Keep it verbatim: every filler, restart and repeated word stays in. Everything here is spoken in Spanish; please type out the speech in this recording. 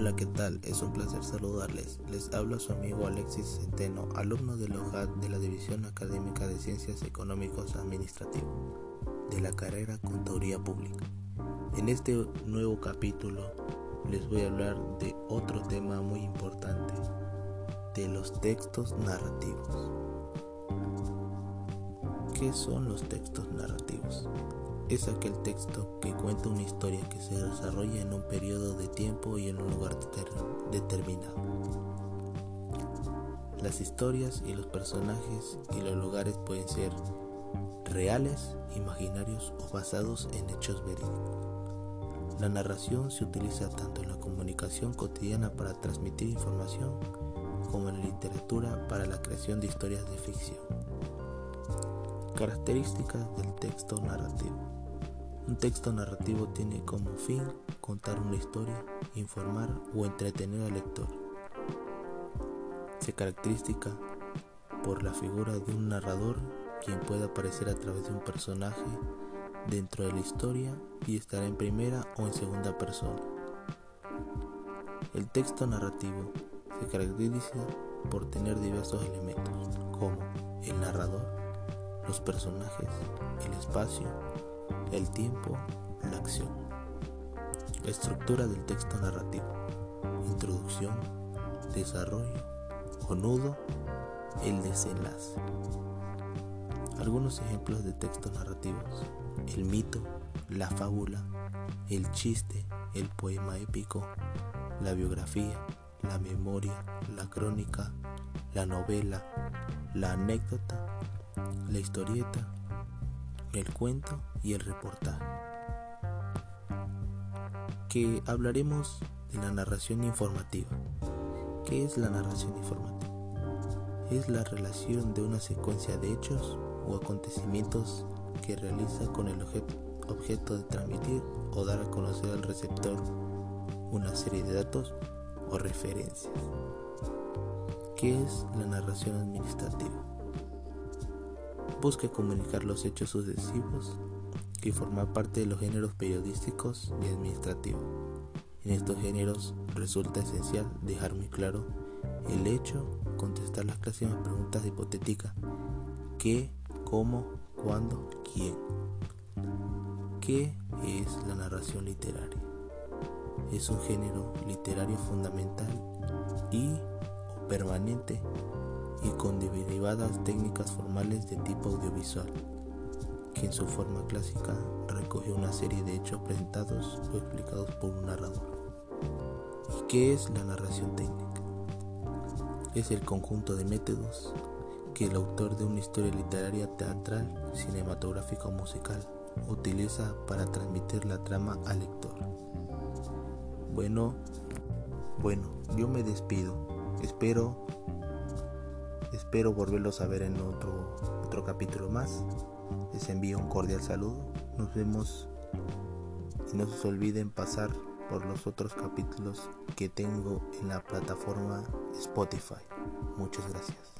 Hola, ¿qué tal? Es un placer saludarles. Les habla su amigo Alexis Centeno, alumno del O J A D de la División Académica de Ciencias Económicos Administrativas de la carrera Contaduría Pública. En este nuevo capítulo les voy a hablar de otro tema muy importante, de los textos narrativos. ¿Qué son los textos narrativos? Es aquel texto que cuenta una historia que se desarrolla en un periodo de tiempo y en un lugar deter- determinado. Las historias y los personajes y los lugares pueden ser reales, imaginarios o basados en hechos verídicos. La narración se utiliza tanto en la comunicación cotidiana para transmitir información como en la literatura para la creación de historias de ficción. Características del texto narrativo. Un texto narrativo tiene como fin contar una historia, informar o entretener al lector. Se caracteriza por la figura de un narrador, quien puede aparecer a través de un personaje dentro de la historia y estar en primera o en segunda persona. El texto narrativo se caracteriza por tener diversos elementos, como el narrador, los personajes, el espacio, el tiempo, la acción. Estructura del texto narrativo: introducción, desarrollo o nudo, el desenlace. Algunos ejemplos de textos narrativos: el mito, la fábula, el chiste, el poema épico, la biografía, la memoria, la crónica, la novela, la anécdota, la historieta, el cuento y el reportaje. Que hablaremos de la narración informativa. ¿Qué es la narración informativa? Es la relación de una secuencia de hechos o acontecimientos que realiza con el objeto, objeto de transmitir o dar a conocer al receptor una serie de datos o referencias. ¿Qué es la narración administrativa? Busca comunicar los hechos sucesivos que forman parte de los géneros periodísticos y administrativos. En estos géneros resulta esencial dejar muy claro el hecho, contestar las clásicas preguntas hipotéticas: ¿qué?, ¿cómo?, ¿cuándo?, ¿quién? ¿Qué es la narración literaria? Es un género literario fundamental y o permanente y con derivadas técnicas formales de tipo audiovisual, que en su forma clásica recoge una serie de hechos presentados o explicados por un narrador. ¿Y qué es la narración técnica? Es el conjunto de métodos que el autor de una historia literaria, teatral, cinematográfica o musical utiliza para transmitir la trama al lector. Bueno, bueno, yo me despido. Espero Espero volverlos a ver en otro, otro capítulo más. Les envío un cordial saludo. Nos vemos y no se olviden pasar por los otros capítulos que tengo en la plataforma Spotify. Muchas gracias.